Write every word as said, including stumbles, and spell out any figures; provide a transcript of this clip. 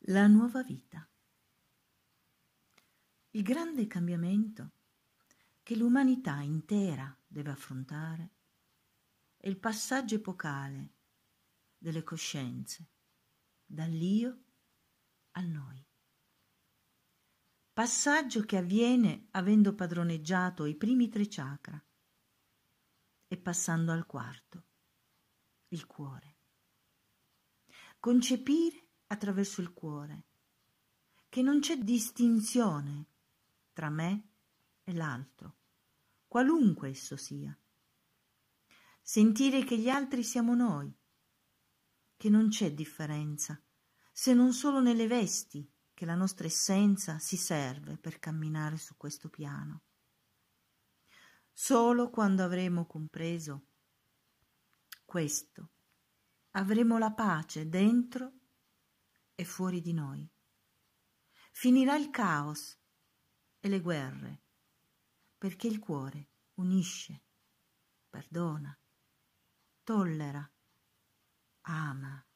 La nuova vita. Il grande cambiamento che l'umanità intera deve affrontare è il passaggio epocale delle coscienze dall'io al noi. Passaggio che avviene avendo padroneggiato i primi tre chakra e passando al quarto, il cuore. Concepire attraverso il cuore che non c'è distinzione tra me e l'altro, qualunque esso sia. Sentire che gli altri siamo noi, che non c'è differenza, se non solo nelle vesti che la nostra essenza si serve per camminare su questo piano. Solo quando avremo compreso questo, avremo la pace dentro e fuori di noi. Finirà il caos e le guerre, perché il cuore unisce, perdona, tollera, ama.